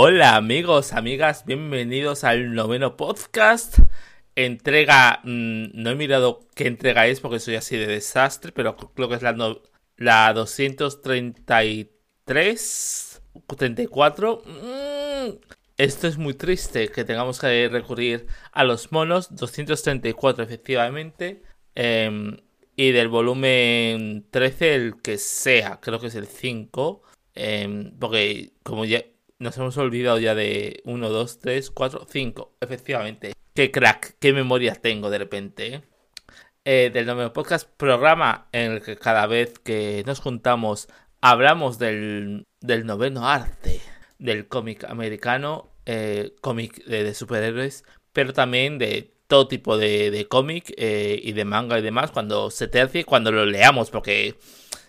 Hola amigos, amigas, bienvenidos al noveno podcast. Entrega, no he mirado qué entrega es porque soy así de desastre, pero creo que es la 233, 34. Esto es muy triste que tengamos que recurrir a los monos. 234 efectivamente. Y del volumen 13, el que sea, creo que es el 5. Porque como ya nos hemos olvidado ya de 1, 2, 3, 4, 5. Efectivamente. Qué crack, qué memoria tengo de repente. Del noveno podcast, programa en el que cada vez que nos juntamos hablamos del noveno arte del cómic americano, cómic de superhéroes, pero también de todo tipo de cómic y de manga y demás, cuando se tercie, cuando lo leamos, porque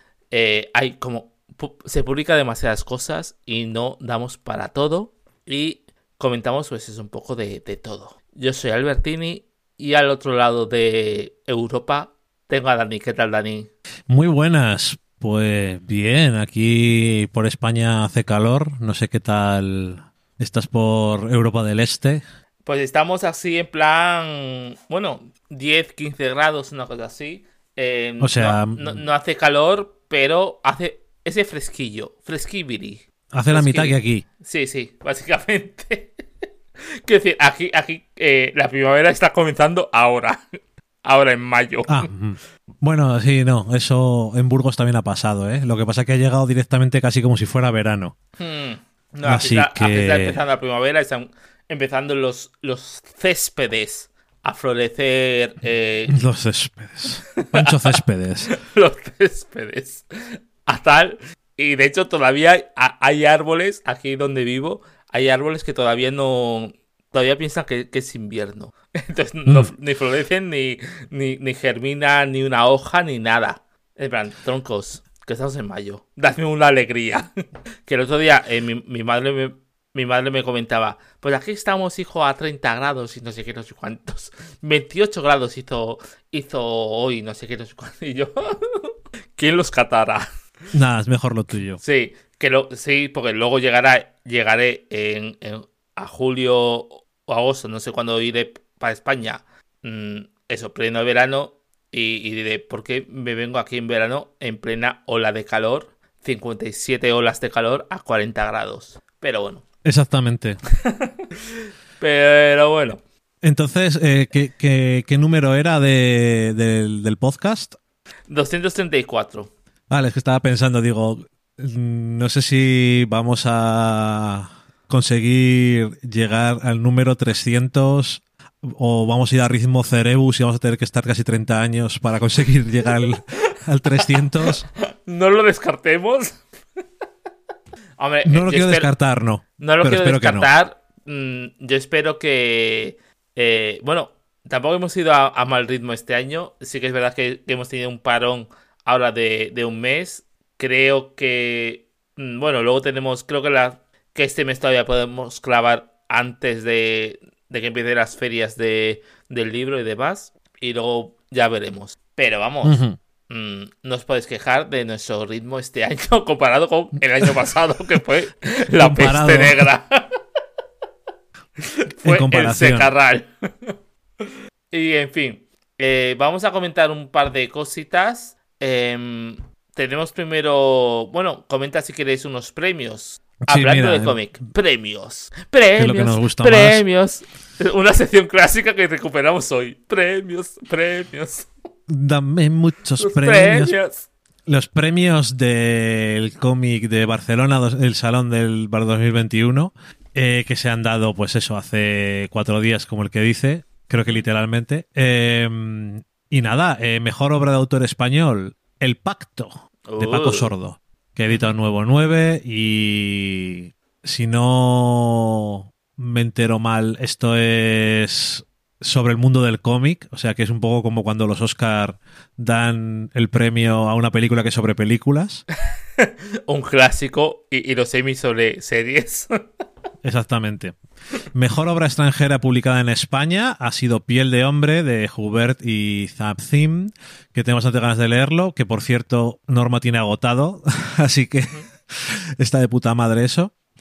hay como se publica demasiadas cosas y no damos para todo, y comentamos pues es un poco de todo. Yo soy Albertini y al otro lado de Europa tengo a Dani. ¿Qué tal, Dani? Muy buenas. Pues bien, aquí por España hace calor, no sé qué tal estás por Europa del Este. Pues estamos así en plan, bueno, 10, 15 grados, una cosa así. O sea, no hace calor, pero hace ese fresquillo, fresquibiri. Hace la mitad que aquí. Sí, básicamente. Quiero decir, aquí la primavera está comenzando ahora en mayo. Bueno, sí, no, eso en Burgos también ha pasado, ¿eh? Lo que pasa es que ha llegado directamente casi como si fuera verano. No, aquí está empezando la primavera, están empezando los céspedes a florecer. Los céspedes. Pancho Céspedes. Los céspedes. A tal. Y de hecho todavía hay árboles, aquí donde vivo, hay árboles que todavía no... Todavía piensan que es invierno. Entonces ni florecen, ni germina, ni una hoja, ni nada. En plan, troncos, que estamos en mayo. Dadme una alegría. Que el otro día mi madre me comentaba, pues aquí estamos, hijo, a 30 grados y no sé qué, no sé cuántos. 28 grados hizo hoy, no sé qué, no sé cuántos. Y yo, ¿quién los catará? Nada, es mejor lo tuyo. Sí, sí, porque luego llegaré a julio o agosto, no sé cuándo iré para España. Eso, pleno verano. Y diré, ¿por qué me vengo aquí en verano en plena ola de calor? 57 olas de calor a 40 grados. Pero bueno. Exactamente. Pero bueno. Entonces, ¿qué número era del podcast? 234. Vale, es que estaba pensando, digo, no sé si vamos a conseguir llegar al número 300 o vamos a ir a ritmo Cerebus y vamos a tener que estar casi 30 años para conseguir llegar al 300. No lo descartemos. Hombre, no lo quiero descartar, no. No lo quiero descartar. Yo espero que... bueno, tampoco hemos ido a mal ritmo este año. Sí que es verdad que hemos tenido un parón ahora de un mes. Creo que... bueno, luego tenemos... Creo que este mes todavía podemos clavar antes de que empiecen las ferias del libro y demás. Y luego ya veremos. Pero vamos... no os podéis quejar de nuestro ritmo este año comparado con el año pasado, que fue la peste negra. Fue el secarral. Y en fin, vamos a comentar un par de cositas. Tenemos primero... Bueno, comenta si queréis unos premios. Sí, hablando de cómic. Premios. Es lo que nos gusta más. Una sección clásica que recuperamos hoy. Premios. Dame muchos premios. Los premios del cómic de Barcelona, el Salón del Bar 2021, que se han dado, pues eso, hace 4 días, como el que dice, creo que literalmente. Y nada, mejor obra de autor español, El Pacto, de Paco Sordo, que edita un nuevo 9 y si no me entero mal, esto es sobre el mundo del cómic, o sea que es un poco como cuando los Oscar dan el premio a una película que es sobre películas. Un clásico y los Emmy sobre series. Exactamente. Mejor obra extranjera publicada en España ha sido Piel de hombre, de Hubert y Zapthim, que tengo bastante ganas de leerlo, que por cierto Norma tiene agotado, así que está de puta madre eso.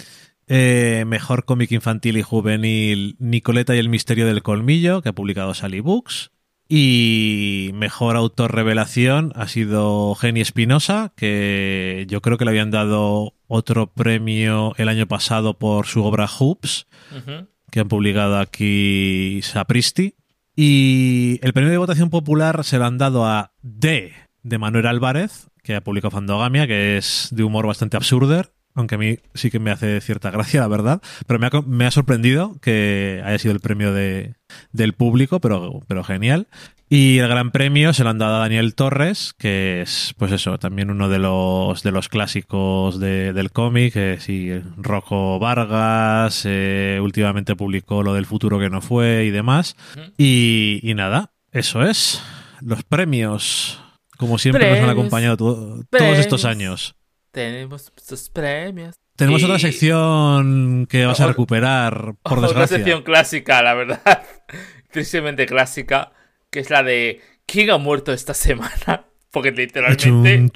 Mejor cómic infantil y juvenil, Nicoleta y el misterio del colmillo, que ha publicado Sally Books. Y mejor autor revelación ha sido Jenny Espinosa, que yo creo que le habían dado otro premio el año pasado por su obra Hoops, que han publicado aquí Sapristi. Y el premio de votación popular se lo han dado a de Manuel Álvarez, que ha publicado Fandogamia, que es de humor bastante absurdo, aunque a mí sí que me hace cierta gracia, la verdad. Pero me ha sorprendido que haya sido el premio del público, pero genial. Y el gran premio se lo han dado a Daniel Torres, que es, pues eso, también uno de los clásicos del cómic. Sí, Rocco Vargas, últimamente publicó lo del futuro que no fue y demás. Y nada, eso es. Los premios, como siempre, nos han acompañado todos estos años. Tenemos estos premios. Tenemos otra sección que vas a recuperar, por desgracia. Otra sección clásica, la verdad. Tristemente clásica, que es la de ¿quién ha muerto esta semana? Porque literalmente...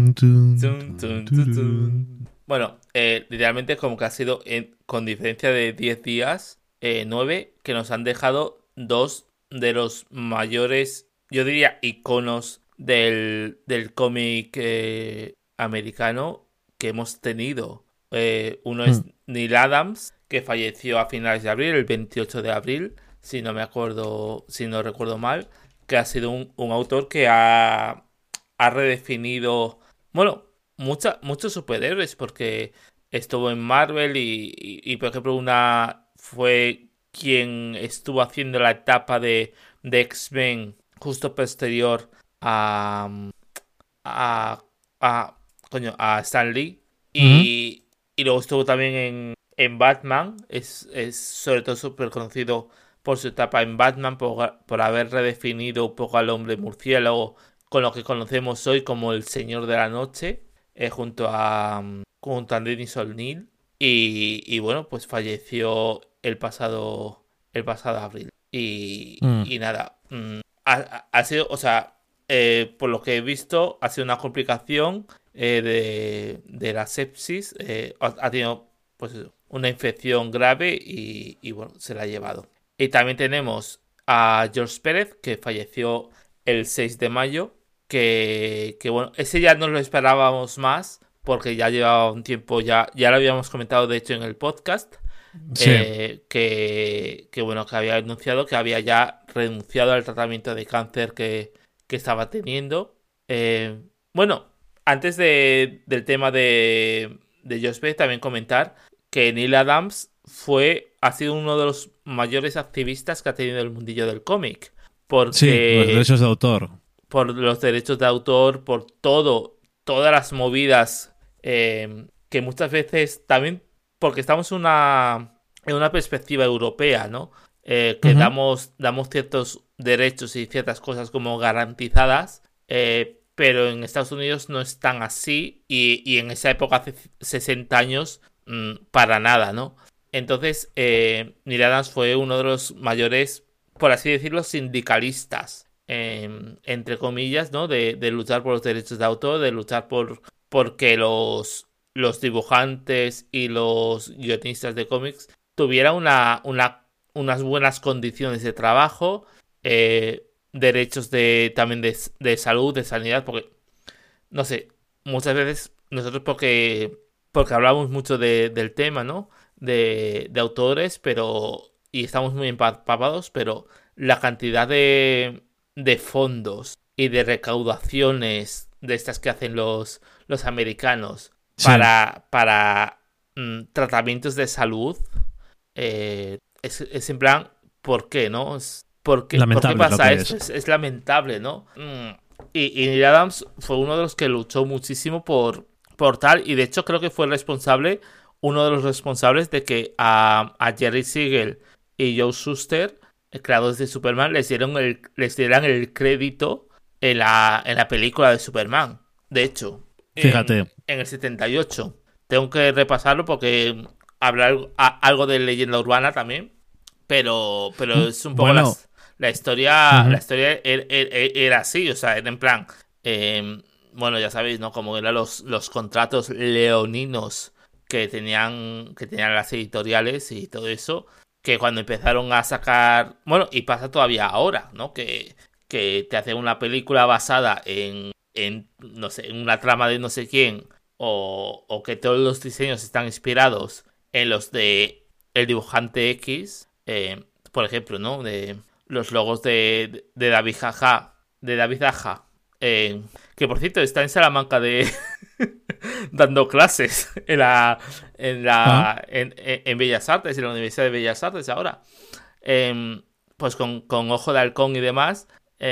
Bueno, literalmente como que ha sido, con diferencia de 10 días, 9, que nos han dejado dos de los mayores, yo diría, iconos del cómic americano que hemos tenido. Uno es Neil Adams, que falleció a finales de abril, el 28 de abril, si no recuerdo mal, que ha sido un autor que ha redefinido, bueno, muchos superhéroes, porque estuvo en Marvel y por ejemplo, fue quien estuvo haciendo la etapa de X-Men justo posterior a Stan Lee. Y luego estuvo también en Batman. Es sobre todo súper conocido por su etapa en Batman, por haber redefinido un poco al hombre murciélago con lo que conocemos hoy como el Señor de la Noche, junto a Dennis O'Neil. Y bueno, pues falleció el pasado abril. Y nada, ha sido, o sea, por lo que he visto, ha sido una complicación de la sepsis. Ha tenido, pues, una infección grave y bueno, se la ha llevado. Y también tenemos a George Pérez, que falleció el 6 de mayo, que bueno, ese ya no lo esperábamos más, porque ya llevaba un tiempo, ya lo habíamos comentado de hecho en el podcast, sí. que bueno, que había anunciado que había ya renunciado al tratamiento de cáncer que estaba teniendo. Bueno, antes del tema de George Pérez, también comentar que Neil Adams ha sido uno de los mayores activistas que ha tenido el mundillo del cómic. Porque, sí, los derechos de autor. Por los derechos de autor, por todas las movidas que muchas veces también, porque estamos en una perspectiva europea, ¿no? Que damos ciertos derechos y ciertas cosas como garantizadas, pero en Estados Unidos no es tan así y en esa época, hace 60 años, para nada, ¿no? Entonces, Neil Adams fue uno de los mayores, por así decirlo, sindicalistas, entre comillas, ¿no? De luchar por los derechos de autor, de luchar por que los dibujantes y los guionistas de cómics tuvieran unas buenas condiciones de trabajo, derechos también de salud, de sanidad, porque, no sé, muchas veces nosotros porque hablamos mucho del tema, ¿no? De autores, y estamos muy empapados, pero la cantidad de fondos y de recaudaciones de estas que hacen los americanos, sí, para tratamientos de salud, es en plan, ¿por qué, no? ¿Por qué pasa esto? Es lamentable, ¿no? Y Neil Adams fue uno de los que luchó muchísimo por tal, y de hecho creo que fue uno de los responsables de que a Jerry Siegel y Joe Shuster, creadores de Superman, les dieran el crédito en la película de Superman. De hecho, fíjate, en el 78. Tengo que repasarlo porque habla algo de leyenda urbana también, pero es un poco, bueno, la historia. La historia era así, o sea, era en plan, bueno, ya sabéis, ¿no? Como eran los contratos leoninos que tenían las editoriales y todo eso, que cuando empezaron a sacar, bueno, y pasa todavía ahora, ¿no? Que te hacen una película basada no sé, en una trama de no sé quién, o que todos los diseños están inspirados en los de el dibujante X, por ejemplo, ¿no? De los logos de David Aja, que por cierto está en Salamanca dando clases en Bellas Artes, en la Universidad de Bellas Artes ahora. Pues con Ojo de Halcón y demás,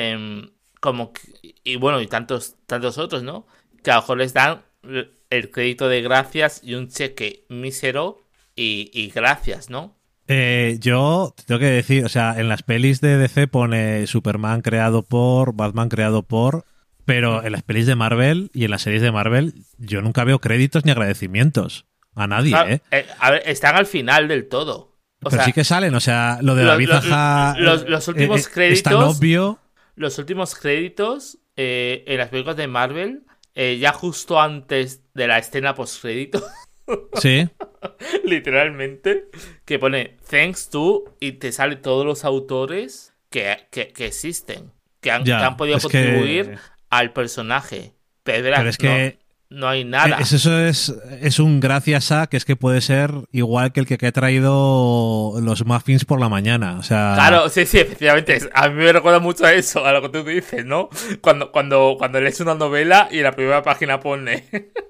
y bueno, y tantos otros, ¿no? Que a lo mejor les dan el crédito de gracias y un cheque mísero y gracias, ¿no? Yo te tengo que decir, o sea, en las pelis de DC pone Superman creado por, Batman creado por, pero en las pelis de Marvel y en las series de Marvel yo nunca veo créditos ni agradecimientos a nadie, Claro, a ver, están al final del todo. Pero sí que salen, o sea, lo de David Aja los últimos créditos es tan obvio. Los últimos créditos en las películas de Marvel, ya justo antes de la escena postcrédito. Sí. Literalmente, que pone thanks to y te sale todos los autores que existen, que han podido contribuir al personaje. Pero es que no hay nada. Eso es un gracias a que es que puede ser igual que el que ha traído los muffins por la mañana. O sea... Claro, sí, efectivamente. A mí me recuerda mucho a eso, a lo que tú dices, ¿no? Cuando lees una novela y en la primera página pone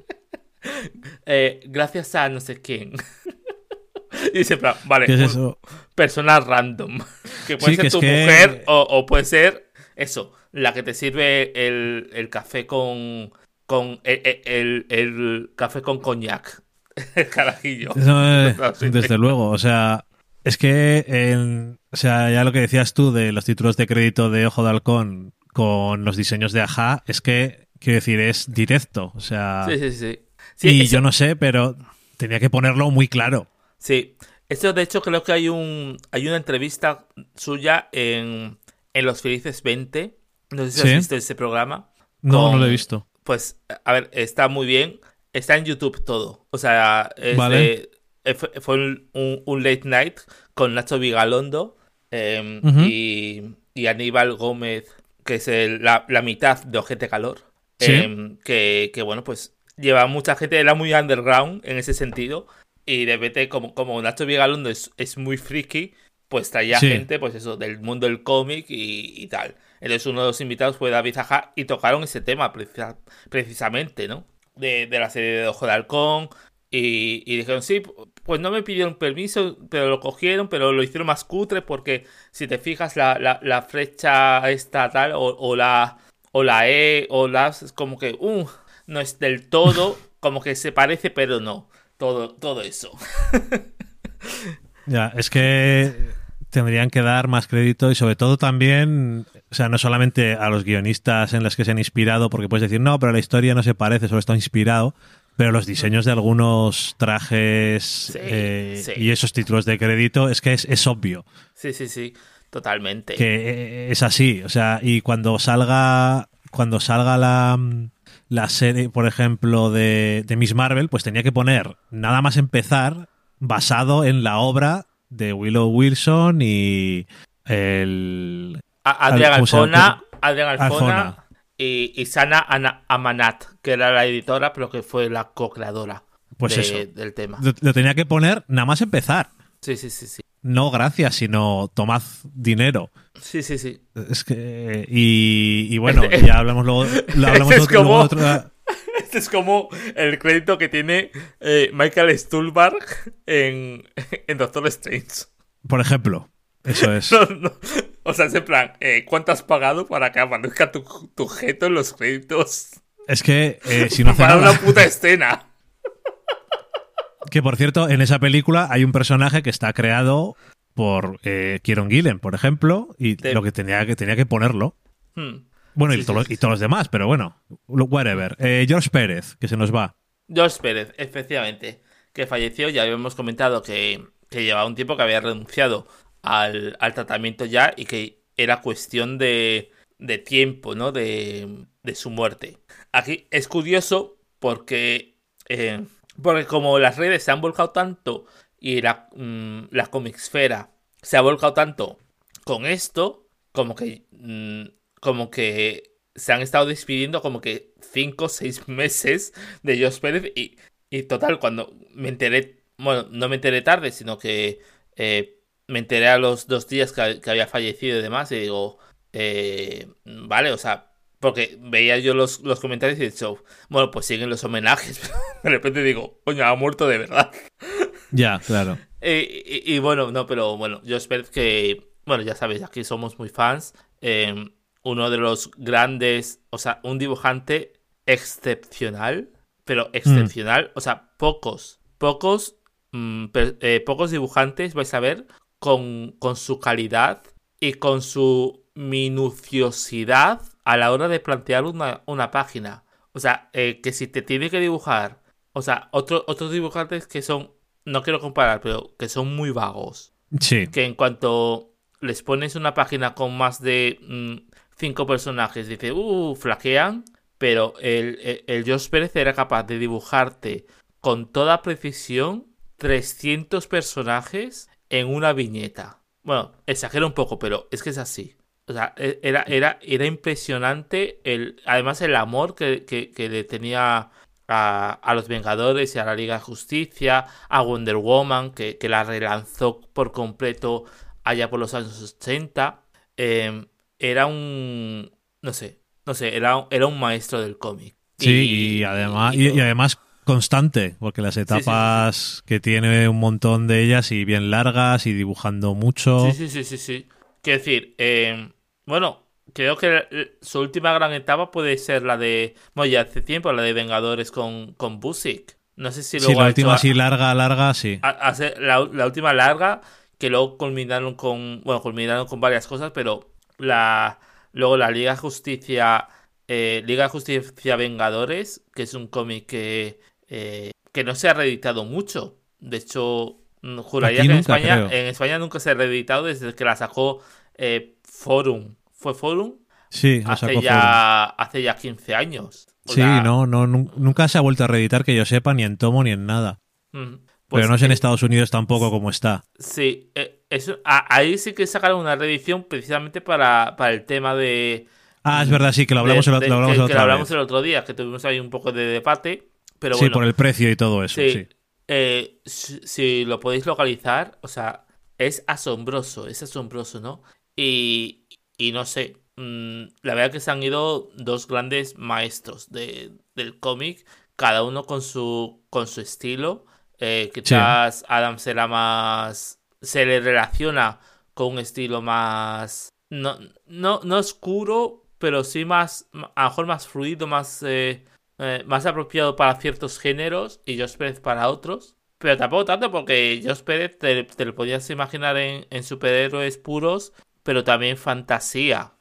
gracias a no sé quién. Y dice, vale, ¿qué es eso? Persona random. Que puede ser tu mujer o puede ser eso, la que te sirve el café con el café con coñac. El carajillo. Desde luego, o sea, es que o sea, ya lo que decías tú de los títulos de crédito de Ojo de Halcón con los diseños de Aja, es que, quiero decir, es directo, o sea... Sí, y yo no sé, pero tenía que ponerlo muy claro. Sí, esto de hecho creo que hay una entrevista suya en Los Felices 20. No sé si has visto ese programa. No lo he visto. Pues, a ver, está muy bien. Está en YouTube todo. O sea, fue un late night con Nacho Vigalondo y Aníbal Gómez, que es la mitad de Ojete Calor. ¿Sí? Que bueno, pues lleva mucha gente, era muy underground en ese sentido. Y de repente, como Nacho Vigalondo es muy friki, pues traía gente, pues eso, del mundo del cómic y tal. Entonces uno de los invitados fue David Aja y tocaron ese tema precisamente, ¿no? De la serie de Ojo de Halcón. Y dijeron, sí, pues no me pidieron permiso, pero lo cogieron, pero lo hicieron más cutre porque si te fijas la flecha esta tal o la E o las es como que no es del todo, como que se parece, pero no. Todo eso. Ya, es que tendrían que dar más crédito y sobre todo también, o sea, no solamente a los guionistas en los que se han inspirado, porque puedes decir, no, pero la historia no se parece, solo está inspirado, pero los diseños de algunos trajes y esos títulos de crédito es que es obvio. Sí, totalmente. Que es así, o sea, y cuando salga la serie, por ejemplo, de Miss Marvel, pues tenía que poner, nada más empezar, basado en la obra de Willow Wilson y Adrián Alfona y Sana Amanat, que era la editora, pero que fue la co-creadora del tema. Lo tenía que poner nada más empezar. Sí. No gracias, sino tomad dinero. Sí. Es que y bueno, ya hablamos luego. Este es como el crédito que tiene Michael Stuhlbarg en Doctor Strange. Por ejemplo, eso es. No. O sea, es en plan, ¿cuánto has pagado para que aparezca tu jeto en los créditos? Es que si no hace para nada... una puta escena. Que por cierto, en esa película hay un personaje que está creado por Kieron Gillen, por ejemplo, y lo que tenía que ponerlo. Bueno, y todos los demás, pero bueno, whatever. George Pérez, que se nos va. George Pérez, efectivamente, que falleció. Ya habíamos comentado que llevaba un tiempo que había renunciado al tratamiento ya y que era cuestión de tiempo, ¿no? De su muerte. Aquí es curioso porque Porque como las redes se han volcado tanto y la comicsfera se ha volcado tanto con esto, como que se han estado despidiendo como que 5 o 6 meses de Josh Pérez y total, cuando me enteré, bueno, no me enteré tarde, sino que me enteré a los 2 días que había fallecido y demás, y digo, vale, o sea, porque veía yo los comentarios y he dicho, bueno, pues siguen los homenajes, pero de repente digo, coño, ha muerto de verdad. Ya, claro. Y bueno, no, pero bueno, yo espero que, bueno, ya sabéis, aquí somos muy fans. Uno de los grandes, o sea, un dibujante excepcional, pero excepcional, o sea, pocos dibujantes vais a ver con su calidad y con su minuciosidad a la hora de plantear una página. O sea, que si te tiene que dibujar, o sea, otros dibujantes que son, no quiero comparar, pero que son muy vagos. Sí. Que en cuanto les pones una página con más de 5 personajes, dice, flaquean, pero el Josh Pérez era capaz de dibujarte con toda precisión 300 personajes en una viñeta. Bueno, exagero un poco, pero es que es así. O sea, era impresionante además el amor que le tenía a los Vengadores y a la Liga de Justicia, a Wonder Woman, que la relanzó por completo allá por los años 80. Era un... No sé, era un maestro del cómic. Sí, y además constante, porque las etapas que tiene un montón de ellas y bien largas y dibujando mucho. Sí. Quiero decir, bueno, creo que su última gran etapa puede ser la de... Bueno, ya hace tiempo, la de Vengadores con Busiek. No sé si luego la última así larga, sí. La última larga, que luego culminaron con varias cosas, pero luego la Liga de Justicia Vengadores, que es un cómic que no se ha reeditado mucho. De hecho, juraría que en España nunca se ha reeditado desde que la sacó Forum. ¿Fue Forum? Sí, hace ya 15 años. Sí, nunca se ha vuelto a reeditar, que yo sepa, ni en tomo ni en nada. Pues pero no es en Estados Unidos tampoco como está. Sí, ahí sí que sacaron una reedición precisamente para el tema de... Ah, es verdad, sí, que lo hablamos el otro día, que tuvimos ahí un poco de debate. Pero sí, bueno, por el precio y todo eso, sí. Si lo podéis localizar, o sea, es asombroso, ¿no? Y no sé, la verdad que se han ido 2 grandes maestros del cómic, cada uno con su estilo. Quizás Adams era más... Se le relaciona con un estilo más... No oscuro, pero sí más... A lo mejor más fluido, más apropiado para ciertos géneros y Josh Pérez para otros. Pero tampoco tanto, porque Josh Pérez te lo podías imaginar en superhéroes puros, pero también fantasía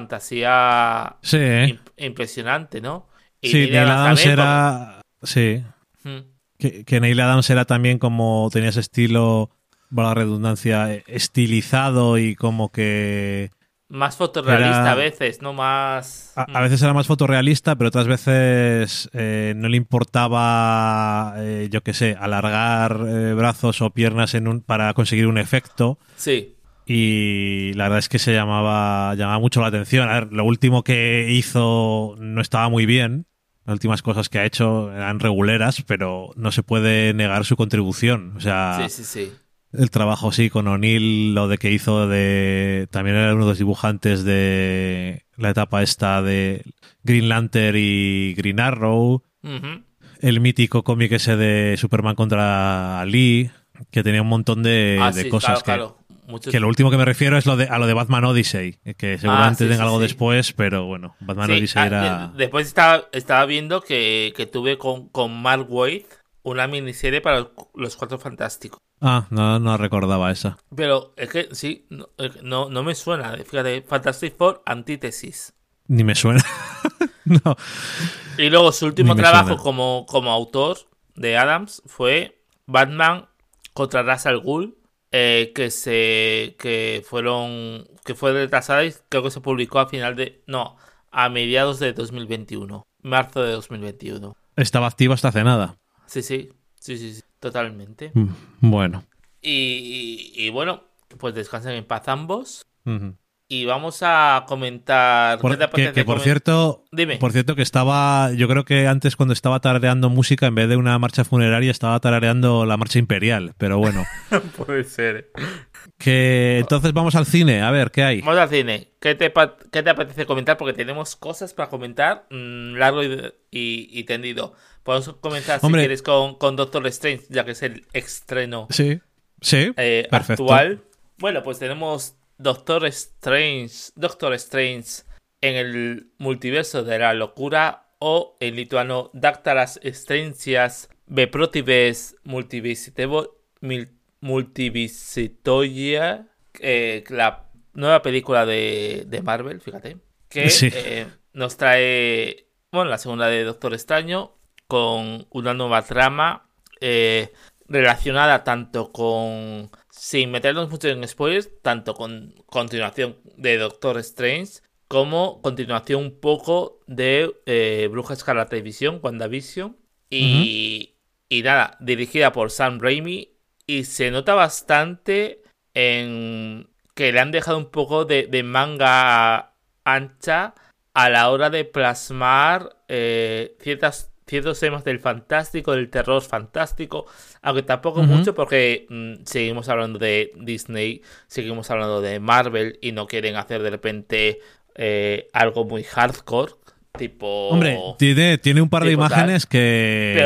impresionante, ¿no? Y sí, Neil Adams era... Sí. Que Neil Adams era también como... Tenía ese estilo, para la redundancia, estilizado y como que... Más fotorrealista a veces, ¿no? Más... A veces era más fotorrealista, pero otras veces no le importaba, yo qué sé, alargar brazos o piernas para conseguir un efecto. Sí. Y la verdad es que se llamaba mucho la atención. A ver, lo último que hizo no estaba muy bien. Las últimas cosas que ha hecho eran reguleras, pero no se puede negar su contribución. O sea... Sí. El trabajo, sí, con O'Neill, lo de que hizo también era uno de los dibujantes de la etapa esta de Green Lantern y Green Arrow. Uh-huh. El mítico cómic ese de Superman contra Lee, que tenía un montón de cosas. Claro. Que lo último que me refiero es a lo de Batman Odyssey, que seguramente tenga algo después, pero bueno, Batman Odyssey era... Después estaba viendo que tuve con Mark Waid una miniserie para los 4 Fantásticos. Ah, no recordaba esa. Pero es que sí, no me suena. Fíjate, Fantastic Four, Antítesis. Ni me suena. No. Y luego su último trabajo como autor de Adams fue Batman contra Ra's al Ghul, que fue retrasada y creo que se publicó a mediados de 2021, marzo de 2021. Estaba activo hasta hace nada. Sí. sí, totalmente. Bueno. Y bueno, pues descansen en paz ambos. Uh-huh. Y vamos a comentar... ¿Qué te apetece que por cierto, Dime. Por cierto, que estaba... Yo creo que antes cuando estaba tarareando música, en vez de una marcha funeraria, estaba tarareando la marcha imperial. Pero bueno. Puede ser. Que entonces vamos al cine. A ver, ¿qué hay? Vamos al cine. ¿Qué te apetece comentar? Porque tenemos cosas para comentar largo y tendido. Podemos comenzar, si quieres, con Doctor Strange, ya que es el estreno perfecto. actual. Bueno, pues tenemos Doctor Strange en el multiverso de la locura, o en lituano Daktaras Strangias beprotibes multivisitoia, la nueva película de Marvel, fíjate, que nos trae, bueno, la segunda de Doctor Extraño, con una nueva trama relacionada tanto con, sin meternos mucho en spoilers, tanto con continuación de Doctor Strange como continuación un poco de Bruja Escarlata y Visión, WandaVision, y nada, dirigida por Sam Raimi, y se nota bastante en que le han dejado un poco de manga ancha a la hora de plasmar ciertos temas del fantástico, del terror fantástico, aunque tampoco mucho, porque seguimos hablando de Disney, seguimos hablando de Marvel, y no quieren hacer de repente algo muy hardcore, tipo... Hombre, tiene un par de imágenes que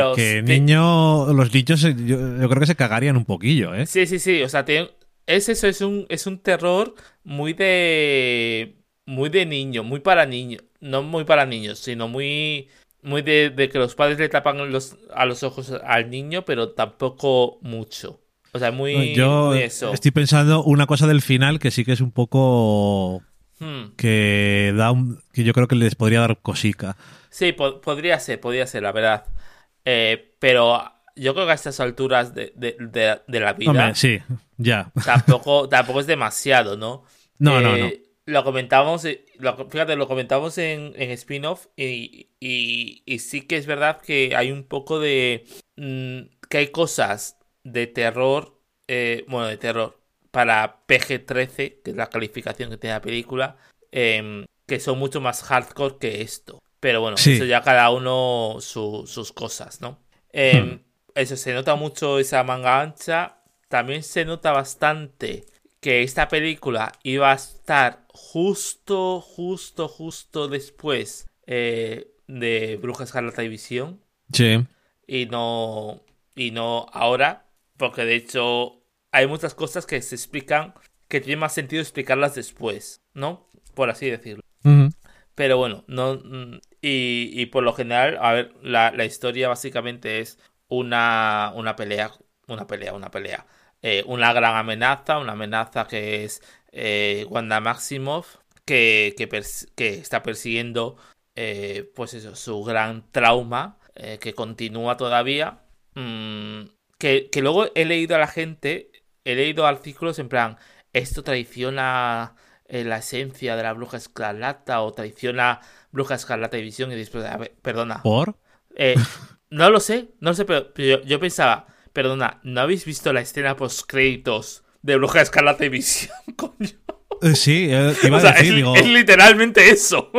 los niños yo creo que se cagarían un poquillo, ¿eh? Sí, o sea, es un terror muy de niño, muy para niños, no muy para niños, sino muy de que los padres le tapan a los ojos al niño, pero tampoco mucho. O sea, muy eso. Estoy pensando una cosa del final que sí que es un poco... que yo creo que les podría dar cosica. Sí, podría ser, la verdad. Pero yo creo que a estas alturas de la vida... Hombre, sí, ya. Tampoco es demasiado, ¿no? No. Lo comentábamos, lo comentamos en spin-off, y sí que es verdad que hay un poco de... que hay cosas de terror, de terror para PG-13, que es la calificación que tiene la película, que son mucho más hardcore que esto. Pero bueno, eso ya cada uno sus cosas, ¿no? Eso, se nota mucho esa manga ancha. También se nota bastante que esta película iba a estar justo después de Bruja Escarlata y Visión. Sí. Y no ahora, porque de hecho hay muchas cosas que se explican que tiene más sentido explicarlas después, ¿no? Por así decirlo. Pero bueno, no, y por lo general, a ver, la historia básicamente es una pelea. Una gran amenaza, una amenaza que es Wanda Maximoff, que está persiguiendo pues eso, su gran trauma, que continúa todavía. Que luego he leído artículos en plan, esto traiciona la esencia de la Bruja Escarlata, o traiciona Bruja Escarlata y Visión, y después, a ver, perdona. ¿Por? No lo sé, pero yo pensaba, perdona, ¿no habéis visto la escena post-créditos de Bruja Escarlata y Visión, coño? Sí, te iba a decir, es literalmente eso.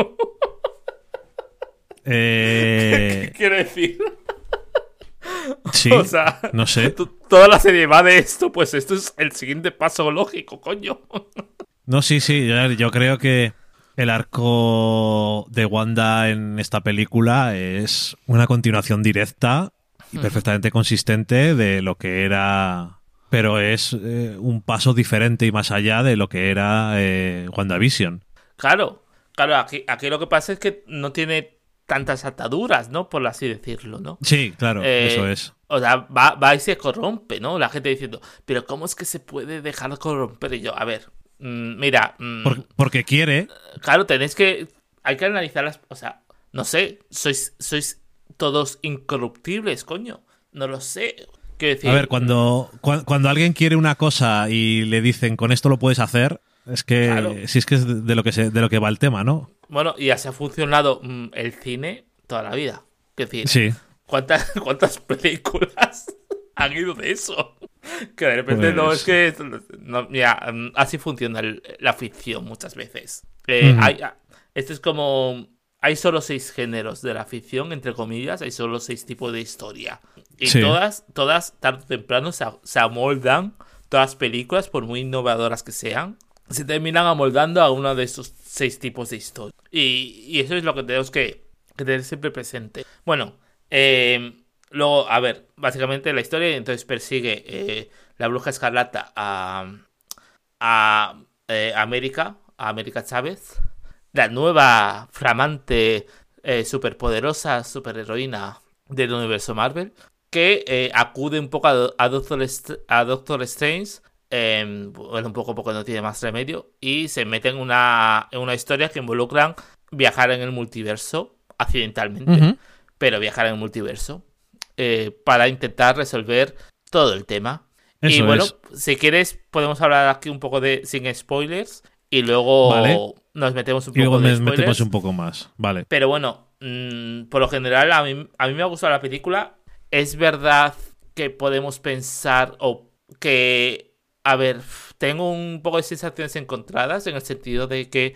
¿Qué quiero decir? Sí, o sea, no sé. Toda la serie va de esto, pues esto es el siguiente paso lógico, coño. No, sí, yo creo que el arco de Wanda en esta película es una continuación directa y perfectamente consistente de lo que era, pero es un paso diferente y más allá de lo que era WandaVision. Claro, aquí lo que pasa es que no tiene tantas ataduras, ¿no? Por así decirlo, ¿no? Sí, claro, eso es. O sea, va y se corrompe, ¿no? La gente diciendo, pero ¿cómo es que se puede dejar corromper? Y yo, a ver, mira... porque quiere. Claro, hay que analizarlas, o sea, no sé, sois todos incorruptibles, coño. No lo sé. Quiero decir... A ver, cuando alguien quiere una cosa y le dicen, con esto lo puedes hacer, es que... Claro. Si es que es de lo que va el tema, ¿no? Bueno, y así ha funcionado el cine toda la vida. Es decir, sí. ¿Cuántas películas han ido de eso. Que de repente no, es que... No, mira, así funciona la ficción muchas veces. Esto es como... Hay solo 6 géneros de la ficción, entre comillas, hay solo 6 tipos de historia. Y Sí. todas, tarde o temprano, se amoldan, todas las películas, por muy innovadoras que sean, se terminan amoldando a uno de esos 6 tipos de historia. Y eso es lo que tenemos que tener siempre presente. Bueno, luego, a ver, básicamente la historia entonces persigue la Bruja Escarlata a América Chávez, la nueva flamante superpoderosa superheroína del universo Marvel, que acude un poco a Doctor Strange, bueno, un poco porque no tiene más remedio, y se mete en una historia que involucran viajar en el multiverso accidentalmente, pero viajar en el multiverso para intentar resolver todo el tema. Eso y bueno, es. si quieres podemos hablar aquí un poco de sin spoilers y luego Vale. nos metemos un Y luego poco de spoilers. metemos un poco más. Vale. Pero bueno, por lo general a mí me ha gustado la película. Es verdad que podemos pensar o que, a ver, tengo un poco de sensaciones encontradas en el sentido de que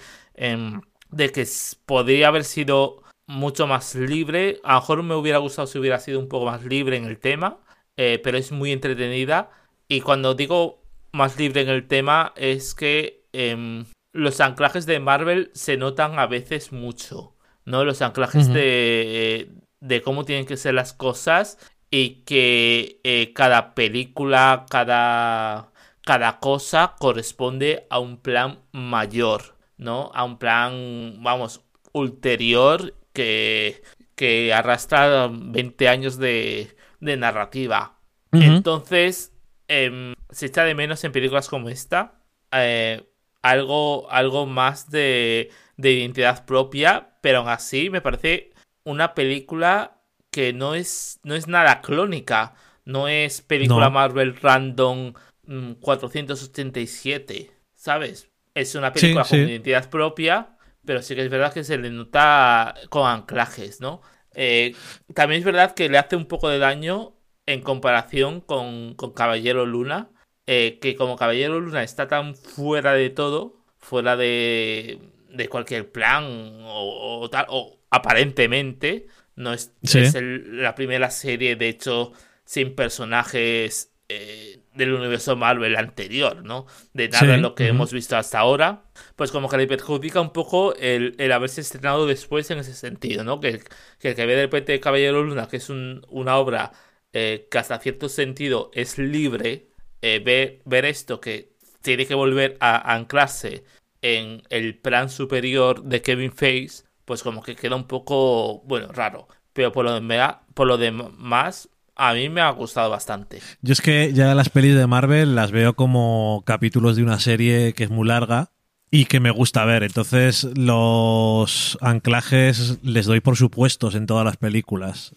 podría haber sido mucho más libre. A lo mejor me hubiera gustado si hubiera sido un poco más libre en el tema, pero es muy entretenida. Y cuando digo más libre en el tema es que los anclajes de Marvel se notan a veces mucho, ¿no? Los anclajes de cómo tienen que ser las cosas y que cada película, cada cosa corresponde a un plan mayor, ¿no? A un plan, vamos, ulterior que arrastra 20 años de narrativa. Entonces, se echa de menos en películas como esta algo más de identidad propia, pero aún así me parece una película que no es nada clónica. No es película Marvel random 487, ¿sabes? Es una película con identidad propia, pero sí que es verdad que se le nota con anclajes, ¿no? También es verdad que le hace un poco de daño en comparación con Caballero Luna, que como Caballero Luna está tan fuera de todo, fuera de cualquier plan o tal, o aparentemente no es, la primera serie, de hecho, sin personajes del universo Marvel anterior, ¿no? De nada de lo que hemos visto hasta ahora, pues como que le perjudica un poco el haberse estrenado después en ese sentido, ¿no? Que ve de repente Caballero Luna, que es una obra que hasta cierto sentido es libre, ver esto que tiene que volver a anclarse en el plan superior de Kevin Feige, pues como que queda un poco, bueno, raro. Pero por lo demás, a mí me ha gustado bastante. Yo es que ya las pelis de Marvel las veo como capítulos de una serie que es muy larga y que me gusta ver. Entonces los anclajes les doy por supuestos en todas las películas.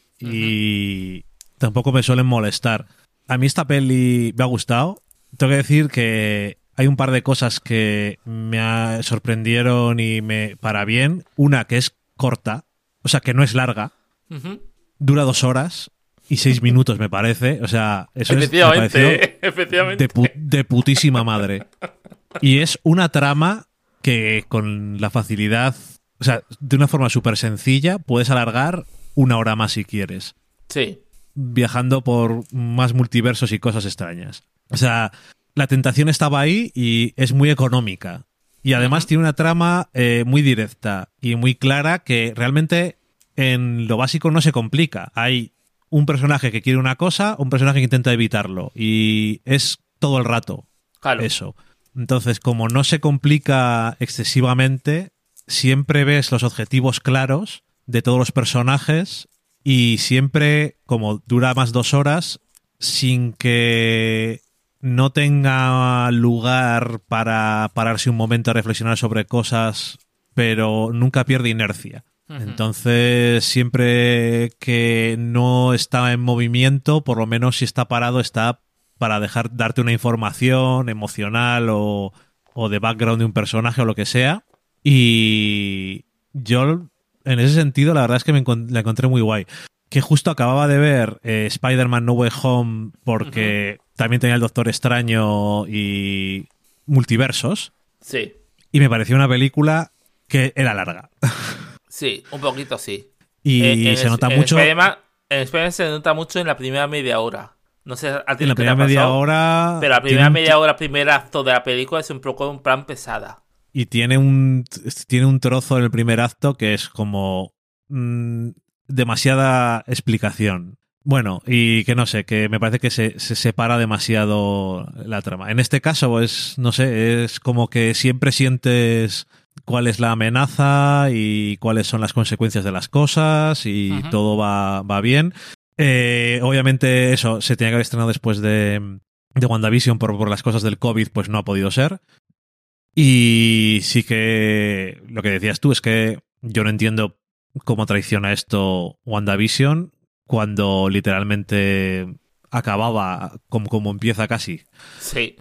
Y tampoco me suelen molestar. A mí esta peli me ha gustado. Tengo que decir que hay un par de cosas que me sorprendieron y para bien. Una que es corta, o sea, que no es larga. Dura 2 horas y 6 minutos, me parece. O sea, eso efectivamente. De putísima madre. Y es una trama que con la facilidad, o sea, de una forma súper sencilla, puedes alargar 1 hora más si quieres. Sí. Viajando por más multiversos y cosas extrañas. O sea, la tentación estaba ahí y es muy económica. Y además tiene una trama muy directa y muy clara que realmente en lo básico no se complica. Hay un personaje que quiere una cosa, un personaje que intenta evitarlo. Y es todo el rato eso. Entonces, como no se complica excesivamente, siempre ves los objetivos claros de todos los personajes y siempre, como dura más 2 horas, sin que no tenga lugar para pararse un momento a reflexionar sobre cosas, pero nunca pierde inercia. Entonces, siempre que no está en movimiento, por lo menos si está parado, está para darte una información emocional o de background de un personaje o lo que sea. Y yo, en ese sentido, la verdad es que la encontré muy guay. que justo acababa de ver Spider-Man No Way Home porque también tenía el Doctor Extraño y multiversos. Sí. Y me pareció una película que era larga. Sí, un poquito sí. Y se nota mucho. En Spider-Man se nota mucho en la primera media hora. No sé a ti en la primera media hora. Pero la primera media hora, primer acto de la película es un poco un plan pesada. Y tiene un trozo en el primer acto que es como demasiada explicación. Bueno, y que no sé, que me parece que se separa demasiado la trama. En este caso, pues, no sé, es como que siempre sientes cuál es la amenaza y cuáles son las consecuencias de las cosas y todo va bien. Obviamente eso se tenía que haber estrenado después de WandaVision por las cosas del COVID, pues no ha podido ser. Y sí que lo que decías tú es que yo no entiendo cómo traiciona esto WandaVision cuando literalmente acababa como empieza casi. Sí.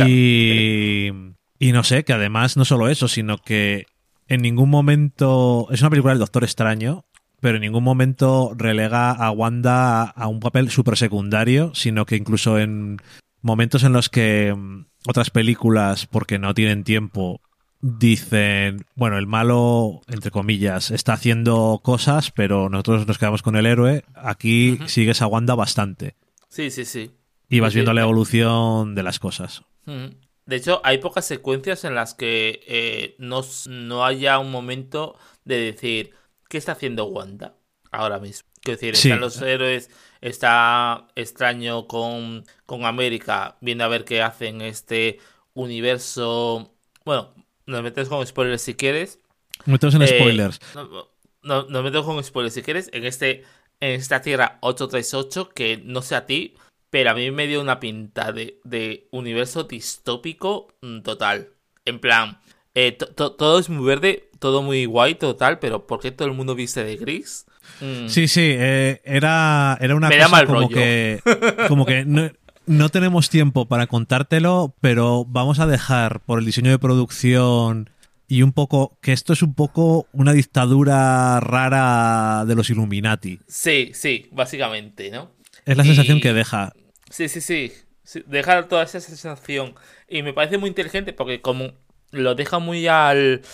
Y no sé, que además no solo eso, sino que en ningún momento... Es una película del Doctor Extraño, pero en ningún momento relega a Wanda a un papel súper secundario, sino que incluso en momentos en los que otras películas, porque no tienen tiempo, dicen, bueno, el malo, entre comillas, está haciendo cosas, pero nosotros nos quedamos con el héroe, aquí sigues a Wanda bastante. Sí, sí, sí. Y vas viendo la evolución de las cosas. De hecho, hay pocas secuencias en las que no haya un momento de decir, ¿qué está haciendo Wanda ahora mismo? Quiero decir, están los héroes, está Extraño con América, viendo a ver qué hacen este universo. Bueno, nos metemos con spoilers si quieres. Metemos en spoilers. Nos metemos con spoilers si quieres. En esta Tierra 838, que no sé a ti, pero a mí me dio una pinta de universo distópico total. En plan, todo es muy verde, todo muy guay, total, pero ¿por qué todo el mundo viste de gris? Sí, era una me cosa da mal como rollo. como que no tenemos tiempo para contártelo, pero vamos a dejar por el diseño de producción y un poco que esto es un poco una dictadura rara de los Illuminati. Sí, básicamente, ¿no? Es la sensación que deja. Sí. Deja toda esa sensación. Y me parece muy inteligente porque como lo deja muy a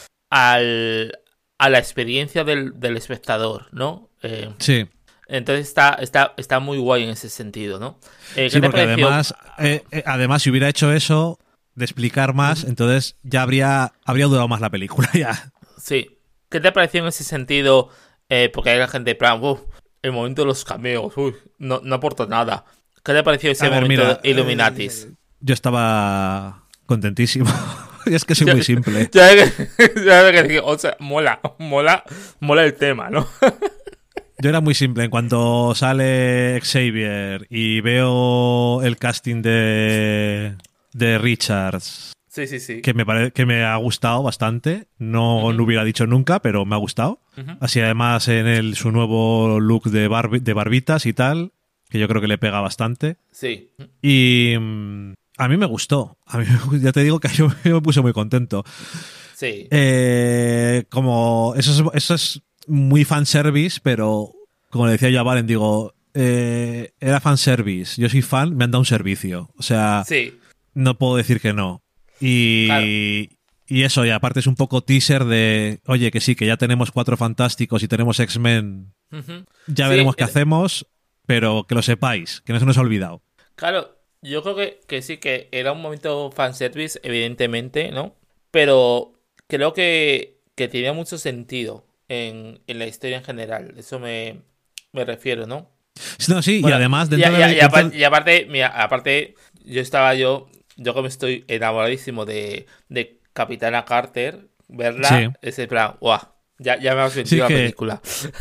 la experiencia del espectador, ¿no? Sí. Entonces está muy guay en ese sentido, ¿no? Sí, porque además si hubiera hecho eso de explicar más, entonces ya habría durado más la película ya. Sí. ¿Qué te pareció en ese sentido? Porque hay la gente en plan, el momento de los cameos, no aporta nada. ¿Qué te pareció ese momento de Illuminatis? Yo estaba contentísimo. Y es que soy muy simple. O sea, mola el tema, ¿no? Yo era muy simple. En cuanto sale Xavier y veo el casting de Richards, sí. que me ha gustado bastante. No lo hubiera dicho nunca, pero me ha gustado. Así además en su nuevo look de barbitas y tal, que yo creo que le pega bastante. Sí. Y a mí me gustó. Ya te digo que yo me puse muy contento. Sí. Como eso es muy fanservice, pero como le decía yo a Valen, digo, era fanservice. Yo soy fan, me han dado un servicio. O sea, sí. No puedo decir que no. Y eso, y aparte es un poco teaser de, oye, que sí, que ya tenemos 4 Fantásticos y tenemos X-Men. Ya veremos qué hacemos, pero que lo sepáis, que no se nos ha olvidado. Claro, yo creo que sí, que era un momento fanservice, evidentemente, ¿no? Pero creo que tenía mucho sentido en la historia en general. Eso me refiero, ¿no? No, sí, bueno, y además... y aparte, mira, yo que me estoy enamoradísimo de Capitana Carter, verla, ese plan, ¡guau! Ya me has vendido la película.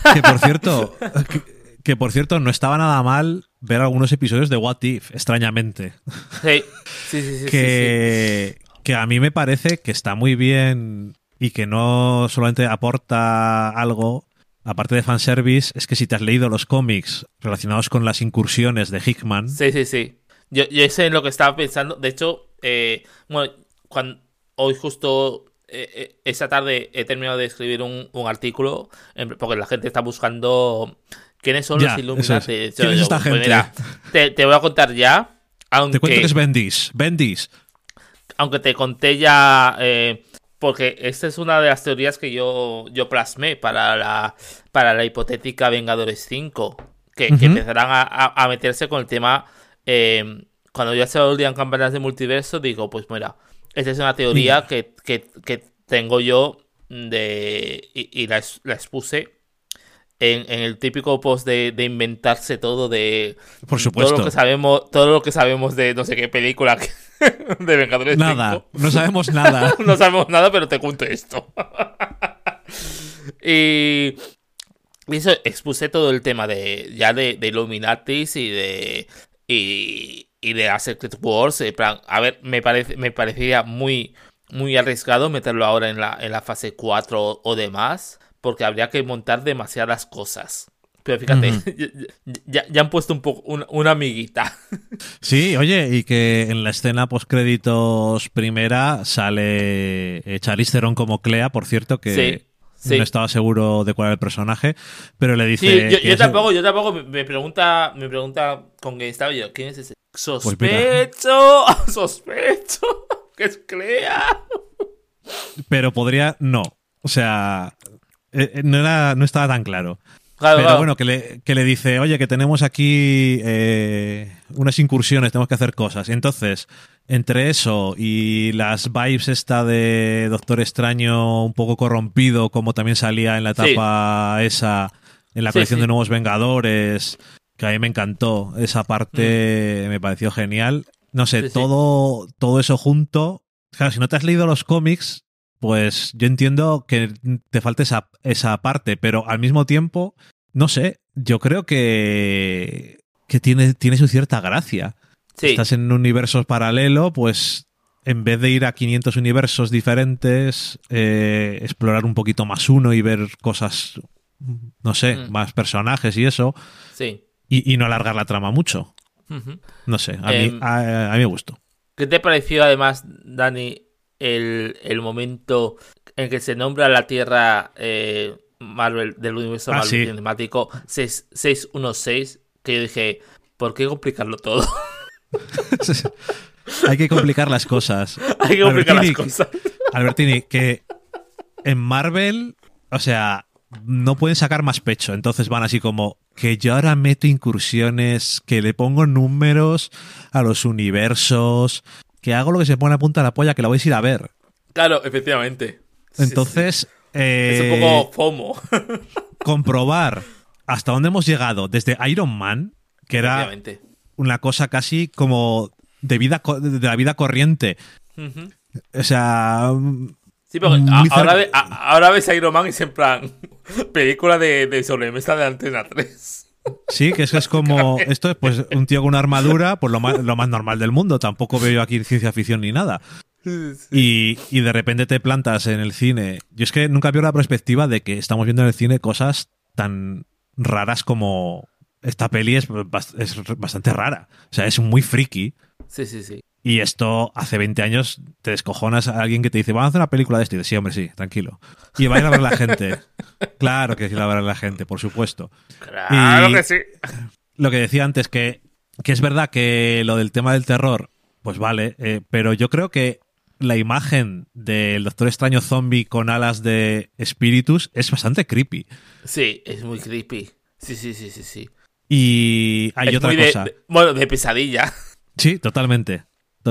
Que por cierto, no estaba nada mal ver algunos episodios de What If, extrañamente. Sí. Que a mí me parece que está muy bien y que no solamente aporta algo, aparte de fanservice, es que si te has leído los cómics relacionados con las incursiones de Hickman... Sí. Yo sé en lo que estaba pensando. De hecho, hoy justo esa tarde he terminado de escribir un artículo porque la gente está buscando ¿Quiénes son Ya, los Illuminati? eso es. ¿Quién es esta gente? Mira, te voy a contar ya. Te cuento que es Bendis. Aunque te conté ya, porque esta es una de las teorías que yo plasmé para la hipotética Vengadores 5, que empezarán a meterse con el tema, cuando ya se oían campanas de multiverso, digo, pues mira, esta es una teoría que tengo yo y la expuse en el típico post de inventarse todo, de por supuesto, todo lo que sabemos de no sé qué película de Vengadores 5. Nada, no sabemos nada. No sabemos nada, pero te cuento esto. y eso, expuse todo el tema de Illuminatis y de la Secret Wars. En plan, a ver, me parecería muy, muy arriesgado meterlo ahora en la fase 4 o demás, porque habría que montar demasiadas cosas. Pero fíjate, ya han puesto un poco una amiguita. Sí, oye, y que en la escena postcréditos primera sale Charlize Theron como Clea, por cierto, que sí. No estaba seguro de cuál era el personaje, pero le dice... Sí, yo tampoco me pregunta con quién estaba yo, ¿quién es ese? Sospecho que es Clea. Pero podría... No, o sea, no estaba tan claro. Claro. Bueno, que le dice, oye, que tenemos aquí unas incursiones, tenemos que hacer cosas. Y entonces, entre eso y las vibes esta de Doctor Extraño un poco corrompido, como también salía en la etapa esa, en la colección de Nuevos Vengadores, que a mí me encantó, esa parte me pareció genial. No sé, todo eso junto. Claro, si no te has leído los cómics, pues yo entiendo que te falte esa parte, pero al mismo tiempo, no sé, yo creo que tiene su cierta gracia. Sí. Estás en un universo paralelo, pues en vez de ir a 500 universos diferentes, explorar un poquito más uno y ver cosas, no sé, más personajes y eso, sí. y no alargar la trama mucho. No sé, a mí me gustó. ¿Qué te pareció además, Dani, el momento en que se nombra la Tierra Marvel del universo Marvel cinemático 616, que yo dije, ¿por qué complicarlo todo? Hay que complicar las cosas. Hay que complicar las cosas. Albertini, que en Marvel, o sea, no pueden sacar más pecho, entonces van así como que yo ahora meto incursiones, que le pongo números a los universos, que hago lo que se pone a punta de la polla, que la vais a ir a ver. Claro, efectivamente. Entonces... es un poco FOMO. Comprobar hasta dónde hemos llegado desde Iron Man, que era una cosa casi como de la vida corriente. O sea... Sí, pero ahora ves a Iron Man y es en plan película de sobremesa de Antena 3. Sí, que es como esto es pues un tío con una armadura, pues lo más normal del mundo. Tampoco veo yo aquí ciencia ficción ni nada. Sí. Y de repente te plantas en el cine. Yo es que nunca veo la perspectiva de que estamos viendo en el cine cosas tan raras como esta peli es bastante rara. O sea, es muy friki. Sí. Y esto hace 20 años te descojonas a alguien que te dice, vamos a hacer una película de esto. Y dices, sí, hombre, sí, tranquilo. Y va a ir a ver la gente. Claro que sí la va a ver la gente, por supuesto. Claro que sí. Lo que decía antes, que es verdad que lo del tema del terror, pues vale, pero yo creo que la imagen del Doctor Extraño zombie con alas de espíritus es bastante creepy. Sí, es muy creepy. Sí. Y hay otra cosa. De pesadilla. Sí, totalmente.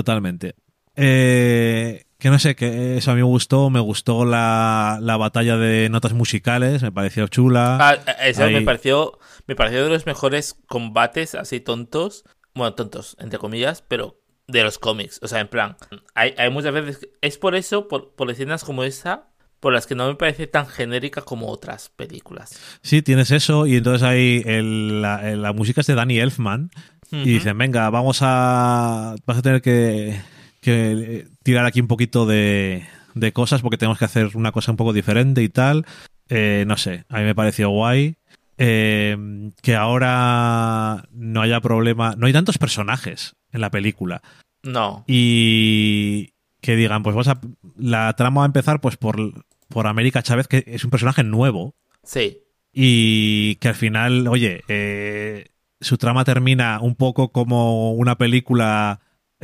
Que no sé, que eso a mí me gustó la batalla de notas musicales, me pareció chula. Eso me pareció de los mejores combates así tontos, bueno, tontos, entre comillas, pero de los cómics. O sea, en plan, hay muchas veces, es por eso, por escenas como esa, por las que no me parece tan genérica como otras películas. Sí, tienes eso, y entonces hay la música es de Danny Elfman, y dicen, venga, vas a tener que tirar aquí un poquito de cosas porque tenemos que hacer una cosa un poco diferente y tal. No sé, a mí me pareció guay. Que ahora no haya problema, no hay tantos personajes en la película. No. Y que digan, pues la trama va a empezar pues por América Chávez, que es un personaje nuevo. Sí. y que al final, oye, su trama termina un poco como una película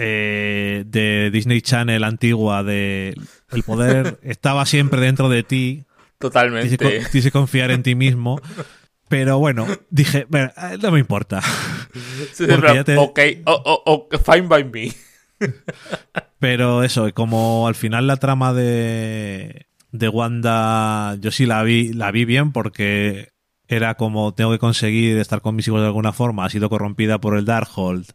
de Disney Channel antigua de el poder estaba siempre dentro de ti. Totalmente. Tienes que confiar en ti mismo. Pero bueno, dije, no me importa. Sí, pero, ok, fine by me. Pero eso, como al final la trama de Wanda, yo sí la vi bien porque era como tengo que conseguir estar con mis hijos de alguna forma, ha sido corrompida por el Darkhold.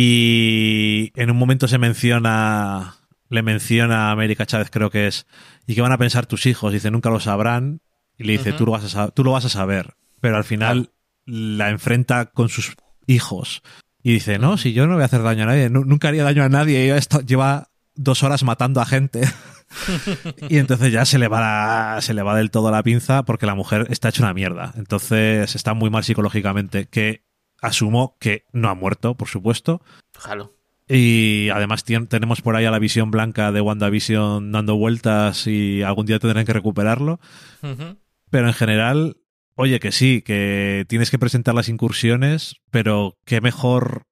Y en un momento le menciona a América Chávez, creo que es, ¿y qué van a pensar tus hijos? Dice, nunca lo sabrán. Y le dice, tú lo vas a saber. Pero al final la enfrenta con sus hijos. Y dice, no, si yo no voy a hacer daño a nadie, nunca haría daño a nadie. Lleva 2 horas matando a gente. Y entonces ya se le va del todo la pinza porque la mujer está hecha una mierda. Entonces está muy mal psicológicamente, que asumo que no ha muerto, por supuesto. Claro. Y además tenemos por ahí a la Visión Blanca de WandaVision dando vueltas y algún día tendrán que recuperarlo. Pero en general, oye, que sí, que tienes que presentar las incursiones, pero qué mejor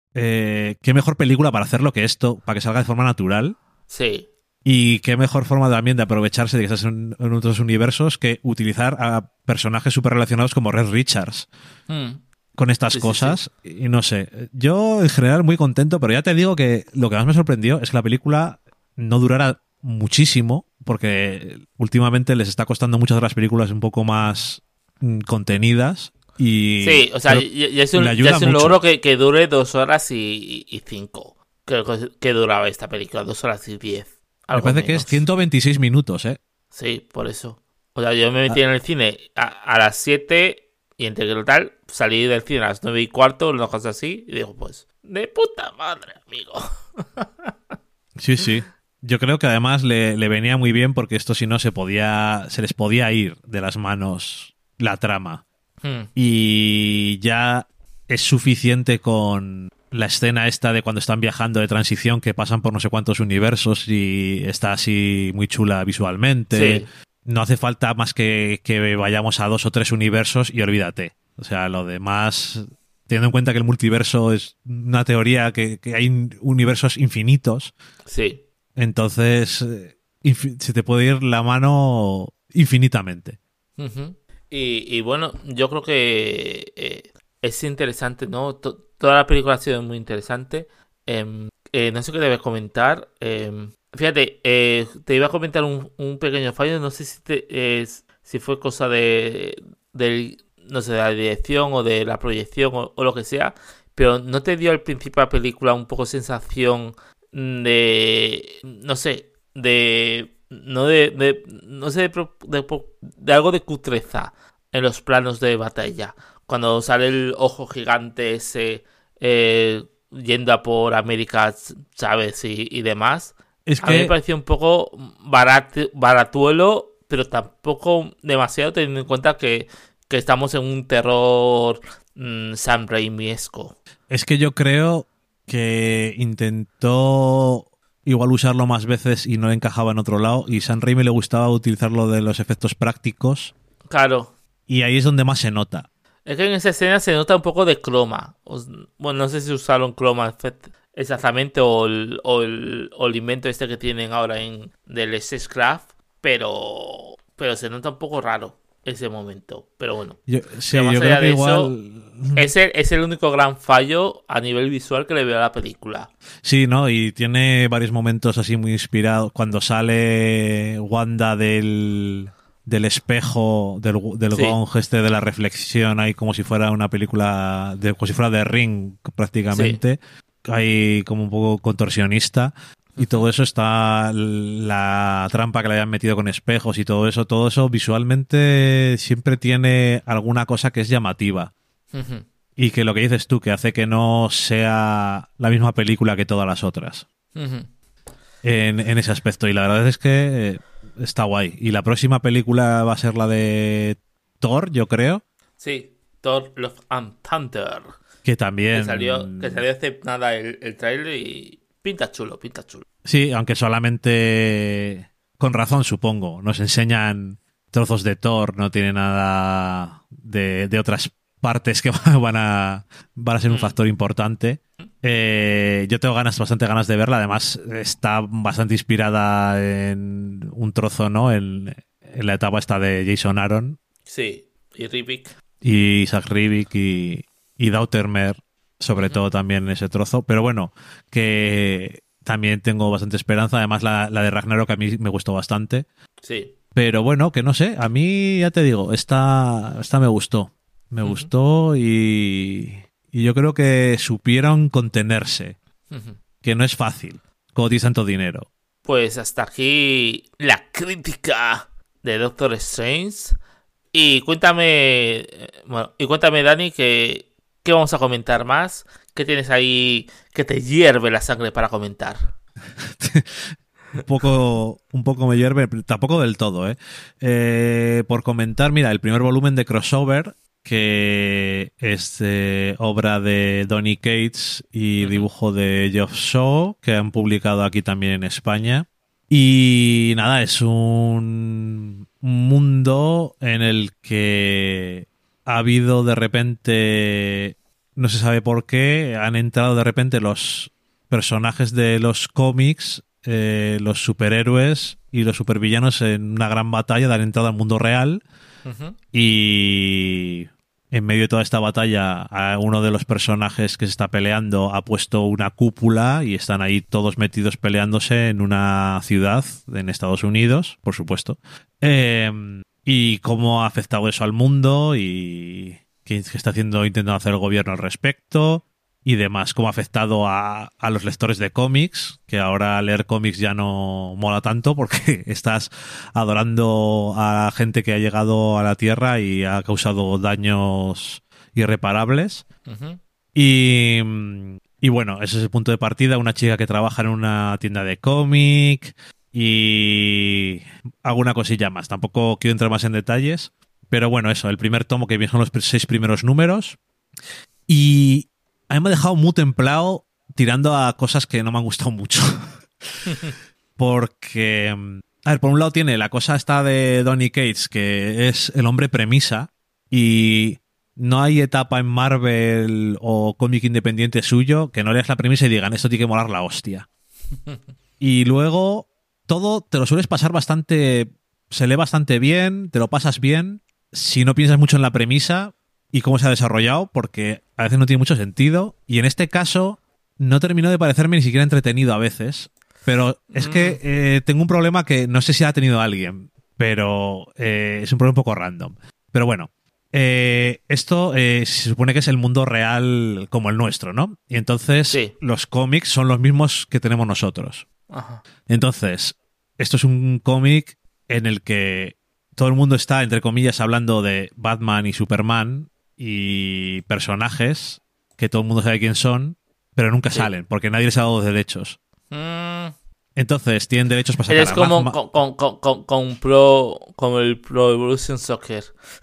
película para hacerlo que esto, para que salga de forma natural. Sí. Y qué mejor forma también de aprovecharse de que estás en otros universos que utilizar a personajes súper relacionados como Red Richards con estas cosas. Sí. Y no sé, yo en general muy contento, pero ya te digo que lo que más me sorprendió es que la película no durara muchísimo, porque últimamente les está costando muchas de las películas un poco más contenidas. Y sí, o sea, ya es un logro que dure 2 horas y 5. Creo que duraba esta película, 2 horas y 10. Me parece que es 126 minutos, ¿eh? Sí, por eso. O sea, yo me metí en el cine a las 7 y entre que tal salí del cine a las 9:15, una cosa así, y digo, pues, de puta madre, amigo. Sí, sí. Yo creo que además le venía muy bien porque esto si no se les podía ir de las manos la trama. Y ya es suficiente con la escena esta de cuando están viajando de transición, que pasan por no sé cuántos universos y está así muy chula visualmente. Sí. No hace falta más que vayamos a 2 o 3 universos y olvídate. O sea, lo demás, teniendo en cuenta que el multiverso es una teoría que hay universos infinitos. Sí. Entonces, se te puede ir la mano infinitamente. Y bueno, yo creo que es interesante, ¿no? Toda la película ha sido muy interesante. No sé qué debes comentar. Fíjate, te iba a comentar un pequeño fallo. No sé si fue cosa no sé, de la dirección o de la proyección o lo que sea. Pero ¿no te dio al principio de la película un poco sensación de... no sé, de... no sé, de algo de cutreza en los planos de batalla? Cuando sale el ojo gigante ese yendo a por América, ¿sabes? Y demás. Es que a mí me pareció un poco baratuelo, pero tampoco demasiado, teniendo en cuenta que estamos en un terror Sam Raimiesco. Es que yo creo que intentó igual usarlo más veces y no le encajaba en otro lado, y Sam Raimi le gustaba utilizarlo de los efectos prácticos. Claro. Y ahí es donde más se nota. Es que en esa escena se nota un poco de croma. Bueno, no sé si usaron croma exactamente o el invento este que tienen ahora del S-Craft, pero se nota un poco raro ese momento. Pero bueno, yo creo que igual... es el único gran fallo a nivel visual que le veo a la película. Sí, ¿no? Y tiene varios momentos así muy inspirados. Cuando sale Wanda del espejo, del gong este de la reflexión, ahí como si fuera una película, como si fuera The Ring prácticamente, ahí como un poco contorsionista, y todo eso está, la trampa que le habían metido con espejos y todo eso visualmente siempre tiene alguna cosa que es llamativa. Y que lo que dices tú, que hace que no sea la misma película que todas las otras. En ese aspecto. Y la verdad es que está guay. Y la próxima película va a ser la de Thor, yo creo. Sí, Thor Love and Thunder. Que también... Que salió hace nada el trailer y pinta chulo. Sí, aunque solamente... Con razón, supongo. Nos enseñan trozos de Thor, no tiene nada de otras partes que van a ser un factor importante. Yo tengo bastante ganas de verla. Además, está bastante inspirada en un trozo, ¿no? En la etapa esta de Jason Aaron. Sí, y Rivik. Y Isaac Rivik y Dautermer, sobre todo también en ese trozo. Pero bueno, que también tengo bastante esperanza. Además, la de Ragnarok a mí me gustó bastante. Sí. Pero bueno, que no sé. A mí, ya te digo, esta me gustó. Me gustó y yo creo que supieron contenerse. Que no es fácil, cuando tienes tanto dinero. Pues hasta aquí la crítica de Doctor Strange. Y cuéntame, Dani, ¿qué vamos a comentar más? ¿Qué tienes ahí que te hierve la sangre para comentar? un poco me hierve, tampoco del todo, por comentar, mira, el primer volumen de Crossover, que es obra de Donny Cates y dibujo de Geoff Shaw, que han publicado aquí también en España. Y nada, es un mundo en el que ha habido de repente, no se sabe por qué, han entrado de repente los personajes de los cómics, los superhéroes y los supervillanos en una gran batalla, dan entrada al mundo real. Y en medio de toda esta batalla, a uno de los personajes que se está peleando ha puesto una cúpula y están ahí todos metidos peleándose en una ciudad en Estados Unidos, por supuesto. Y cómo ha afectado eso al mundo y qué está intentando hacer el gobierno al respecto y demás, cómo ha afectado a los lectores de cómics, que ahora leer cómics ya no mola tanto porque estás adorando a gente que ha llegado a la Tierra y ha causado daños irreparables. Y bueno, ese es el punto de partida, una chica que trabaja en una tienda de cómic y alguna cosilla más. Tampoco quiero entrar más en detalles, pero bueno, eso, el primer tomo que viene son los 6 primeros números y a mí me ha dejado muy templado tirando a cosas que no me han gustado mucho. Porque, a ver, por un lado tiene la cosa esta de Donny Cates, que es el hombre premisa, y no hay etapa en Marvel o cómic independiente suyo que no leas la premisa y digan, esto tiene que molar la hostia. Y luego, todo te lo sueles pasar bastante, se lee bastante bien, te lo pasas bien, si no piensas mucho en la premisa y cómo se ha desarrollado, porque a veces no tiene mucho sentido, y en este caso no terminó de parecerme ni siquiera entretenido a veces, pero es que tengo un problema que no sé si ha tenido alguien, pero es un problema un poco random. Pero bueno, esto se supone que es el mundo real como el nuestro, ¿no? Y entonces los cómics son los mismos que tenemos nosotros. Ajá. Entonces, esto es un cómic en el que todo el mundo está, entre comillas, hablando de Batman y Superman y personajes que todo el mundo sabe quién son, pero nunca salen, porque nadie les ha dado derechos. Entonces, tienen derechos para sacar es como como el Pro Evolution Soccer.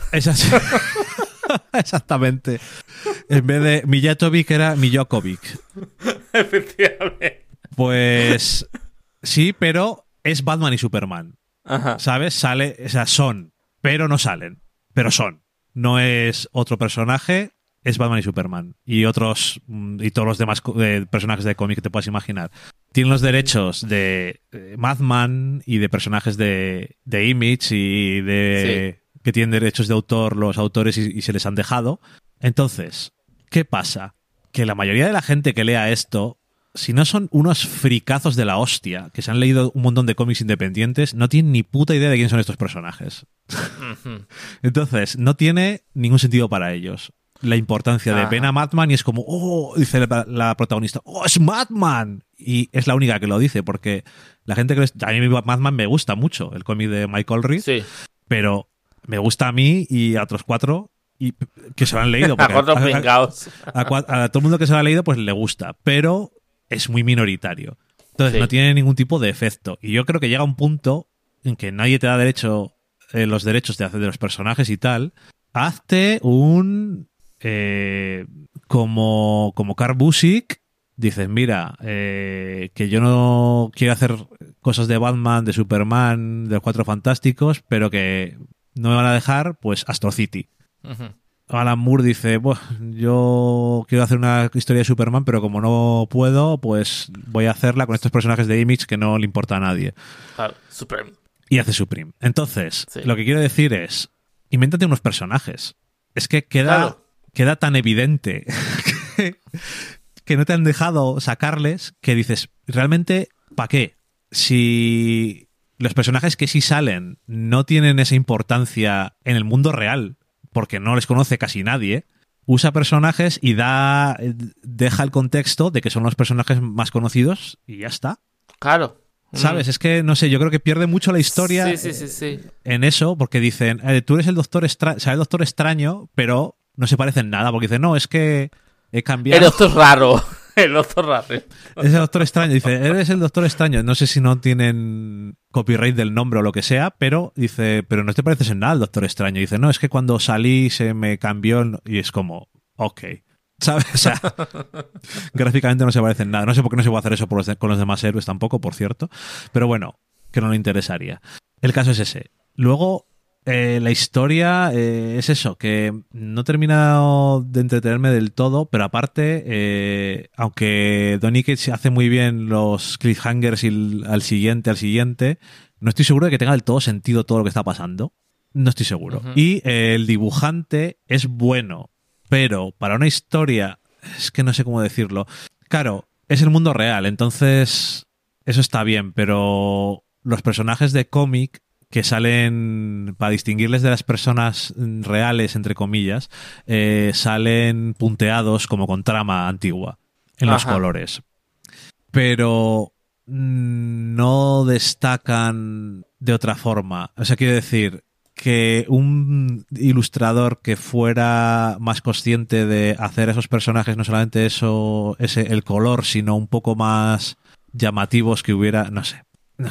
Exactamente. En vez de Mijatovic era Mijokovic. Efectivamente. Pues sí, pero es Batman y Superman. Ajá. ¿Sabes? O sea, son, pero no salen. Pero son. No es otro personaje, es Batman y Superman. Y todos los demás personajes de cómic que te puedas imaginar. Tienen los derechos de Madman y de personajes de Image y que tienen derechos de autor los autores y se les han dejado. Entonces, ¿qué pasa? Que la mayoría de la gente que lea esto, si no son unos fricazos de la hostia, que se han leído un montón de cómics independientes, no tienen ni puta idea de quién son estos personajes. Entonces, no tiene ningún sentido para ellos la importancia de ven a Madman y es como, oh, dice la protagonista, oh, es Madman. Y es la única que lo dice, porque la gente que a mí Madman me gusta mucho, el cómic de Michael Reed, pero me gusta a mí y a otros 4 que se lo han leído. A todo el mundo que se lo ha leído, pues le gusta, pero es muy minoritario. Entonces no tiene ningún tipo de efecto. Y yo creo que llega un punto en que nadie te da los derechos de hacer de los personajes y tal. Hazte un... como Carl Busiek, dices, mira, que yo no quiero hacer cosas de Batman, de Superman, de los Cuatro Fantásticos, pero que no me van a dejar, pues Astro City. Ujú. Alan Moore dice, bueno, yo quiero hacer una historia de Superman, pero como no puedo, pues voy a hacerla con estos personajes de Image que no le importa a nadie. Claro, Supreme. Y hace Supreme. Entonces, Sí. lo que quiero decir es, invéntate unos personajes. Es que queda tan evidente que no te han dejado sacarles que dices, ¿realmente para qué? Si los personajes que sí salen no tienen esa importancia en el mundo real, porque no les conoce casi nadie, usa personajes y deja el contexto de que son los personajes más conocidos y ya está. Claro. ¿Sabes? Es que, no sé, yo creo que pierde mucho la historia Sí. en eso, porque dicen, tú eres el Doctor Extraño, o sea, el Doctor Extraño, pero no se parecen nada, porque dicen, no, es que he cambiado. El Doctor Raro. El Doctor Raro. Es el Doctor Extraño. Dice, eres el Doctor Extraño. No sé si no tienen copyright del nombre o lo que sea, pero dice, pero no te pareces en nada al Doctor Extraño. Dice, no, es que cuando salí se me cambió y es como, ok. ¿Sabes? O sea, gráficamente no se parecen nada. No sé por qué no se puede hacer eso con los demás héroes tampoco, por cierto. Pero bueno, que no le interesaría. El caso es ese. Luego, la historia es eso, que no he terminado de entretenerme del todo, pero aparte, aunque Donny Cates hace muy bien los cliffhangers y al siguiente, no estoy seguro de que tenga del todo sentido todo lo que está pasando. No estoy seguro. Ujú. Y el dibujante es bueno, pero para una historia, es que no sé cómo decirlo. Claro, es el mundo real, entonces eso está bien, pero los personajes de cómic que salen, para distinguirles de las personas reales, entre comillas, salen punteados como con trama antigua en los colores. Pero no destacan de otra forma. O sea, quiero decir que un ilustrador que fuera más consciente de hacer esos personajes, no solamente el color, sino un poco más llamativos, que hubiera, no sé.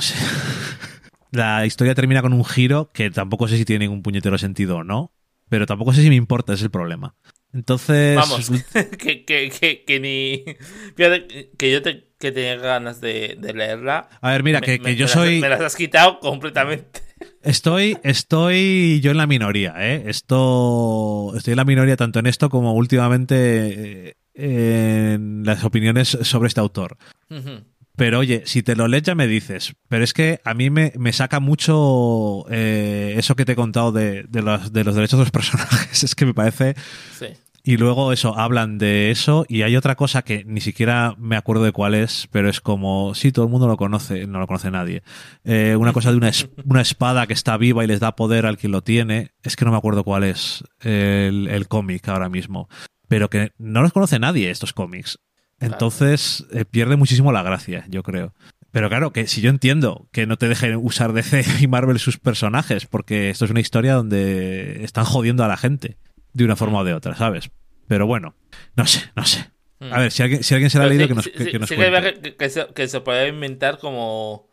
La historia termina con un giro que tampoco sé si tiene ningún puñetero sentido o no, pero tampoco sé si me importa, es el problema. Entonces... Vamos, que ni... Fíjate, que tenía ganas de leerla. A ver, mira, que yo soy... Me las has quitado completamente. Estoy yo en la minoría, ¿eh? Estoy en la minoría tanto en esto como últimamente en las opiniones sobre este autor. Uh-huh. Pero oye, si te lo lees ya me dices. Pero es que a mí me saca mucho eso que te he contado de los derechos de los personajes. Es que me parece... Sí. Y luego eso, hablan de eso y hay otra cosa que ni siquiera me acuerdo de cuál es, pero es como, sí, todo el mundo lo conoce, no lo conoce nadie. Una cosa de una espada que está viva y les da poder al quien lo tiene. Es que no me acuerdo cuál es el cómic ahora mismo. Pero que no los conoce nadie estos cómics. Entonces pierde muchísimo la gracia, yo creo. Pero claro, que si yo entiendo que no te dejen usar DC y Marvel sus personajes, porque esto es una historia donde están jodiendo a la gente de una forma o de otra, ¿sabes? Pero bueno, no sé. A ver, si alguien se lo ha leído, que nos cuente. Que se puede inventar como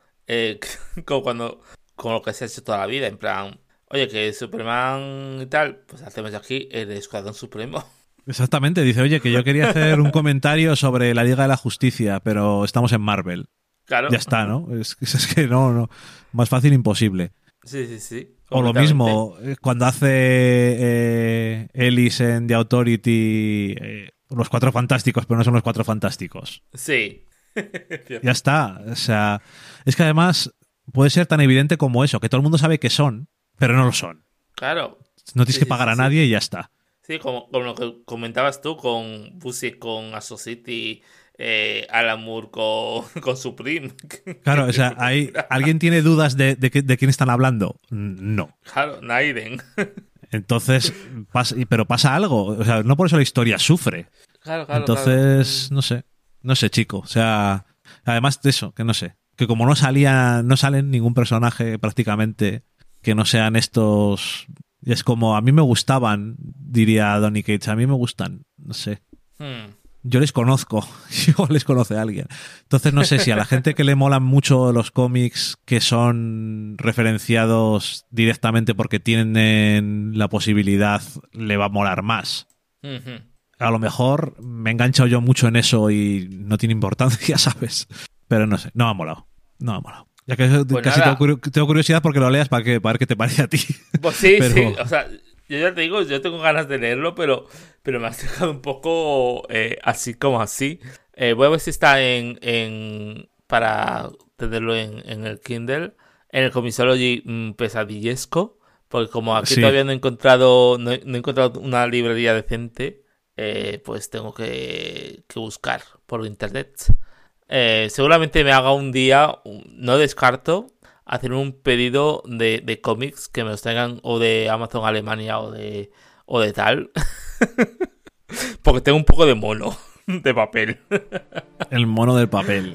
como lo que se ha hecho toda la vida, en plan, oye, que Superman y tal, pues hacemos aquí el Escuadrón Supremo. Exactamente, dice, oye, que yo quería hacer un comentario sobre la Liga de la Justicia, pero estamos en Marvel. Claro. Ya está, ¿no? Es que no. Más fácil imposible. Sí. O lo mismo, cuando hace Ellis en The Authority, los Cuatro Fantásticos, pero no son los Cuatro Fantásticos. Sí. Ya está. O sea, es que además puede ser tan evidente como eso, que todo el mundo sabe que son, pero no lo son. Claro. No tienes que pagar a nadie y ya está. Sí, como lo que comentabas tú con Busiek, con Astro City, Alan Moore con Supreme. Claro, o sea, ¿alguien tiene dudas de quién están hablando? No. Claro, Naiden. Entonces, pero pasa algo. O sea, no por eso la historia sufre. Claro. Entonces, no sé, chico. O sea, además de eso, que no sé. Que como no salen ningún personaje prácticamente que no sean estos... Y es como, a mí me gustaban, diría Donny Cates, a mí me gustan, no sé. Yo les conozco, igual les conoce a alguien. Entonces no sé si a la gente que le molan mucho los cómics que son referenciados directamente porque tienen la posibilidad, le va a molar más. Uh-huh. A lo mejor me he enganchado yo mucho en eso y no tiene importancia, ¿sabes? Pero no sé, no me ha molado. Ya que Pues casi nada. tengo curiosidad porque lo leas para ver qué te parece a ti. Pues sí, Pero sí. O sea, yo ya te digo, yo tengo ganas de leerlo, pero me has dejado un poco así como así. Voy a ver si está para tenerlo en el Kindle. En el Comixology pesadillesco. Porque como aquí sí, todavía no he encontrado una librería decente, pues tengo que buscar por internet. Seguramente me haga un día, no descarto, hacer un pedido de cómics que me los traigan o de Amazon Alemania o de tal. Porque tengo un poco de mono de papel. el mono del papel.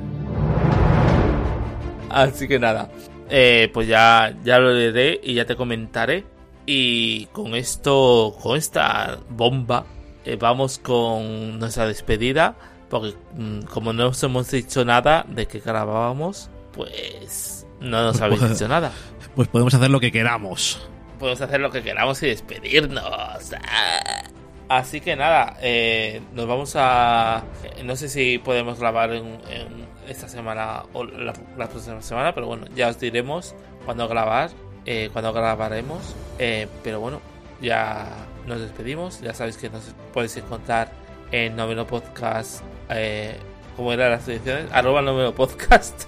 Así que nada, pues ya lo leeré y ya te comentaré. Y con esta bomba, vamos con nuestra despedida. Porque como no os hemos dicho nada de que grabábamos, pues no nos habéis dicho nada. Pues podemos hacer lo que queramos. Podemos hacer lo que queramos y despedirnos. Así que nada, nos vamos a... No sé si podemos grabar en esta semana o la próxima semana, pero bueno, ya os diremos cuándo grabaremos. Pero bueno, ya nos despedimos. Ya sabéis que nos podéis encontrar en Noveno Podcast. ¿Cómo eran las ediciones? @Noveno Podcast.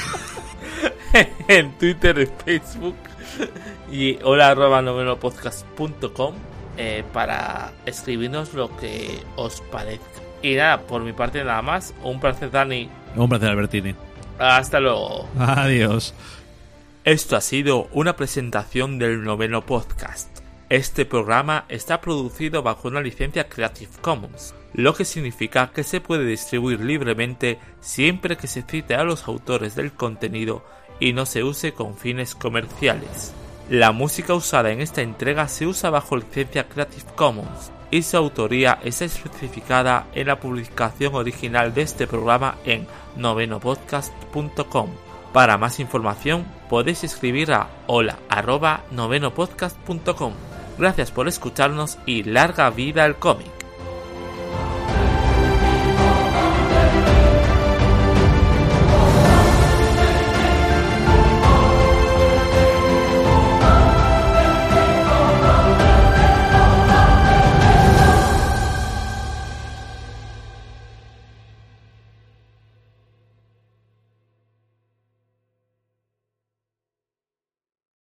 En Twitter, en Facebook. Y hola @novenopodcast.com. Para escribirnos lo que os parezca. Y nada, por mi parte nada más. Un placer, Dani. Un placer, Albertini. Hasta luego. Adiós. Esto ha sido una presentación del Noveno Podcast. Este programa está producido bajo una licencia Creative Commons, lo que significa que se puede distribuir libremente siempre que se cite a los autores del contenido y no se use con fines comerciales. La música usada en esta entrega se usa bajo licencia Creative Commons y su autoría está especificada en la publicación original de este programa en novenopodcast.com. Para más información podéis escribir a hola@novenopodcast.com. Gracias por escucharnos y larga vida al cómic.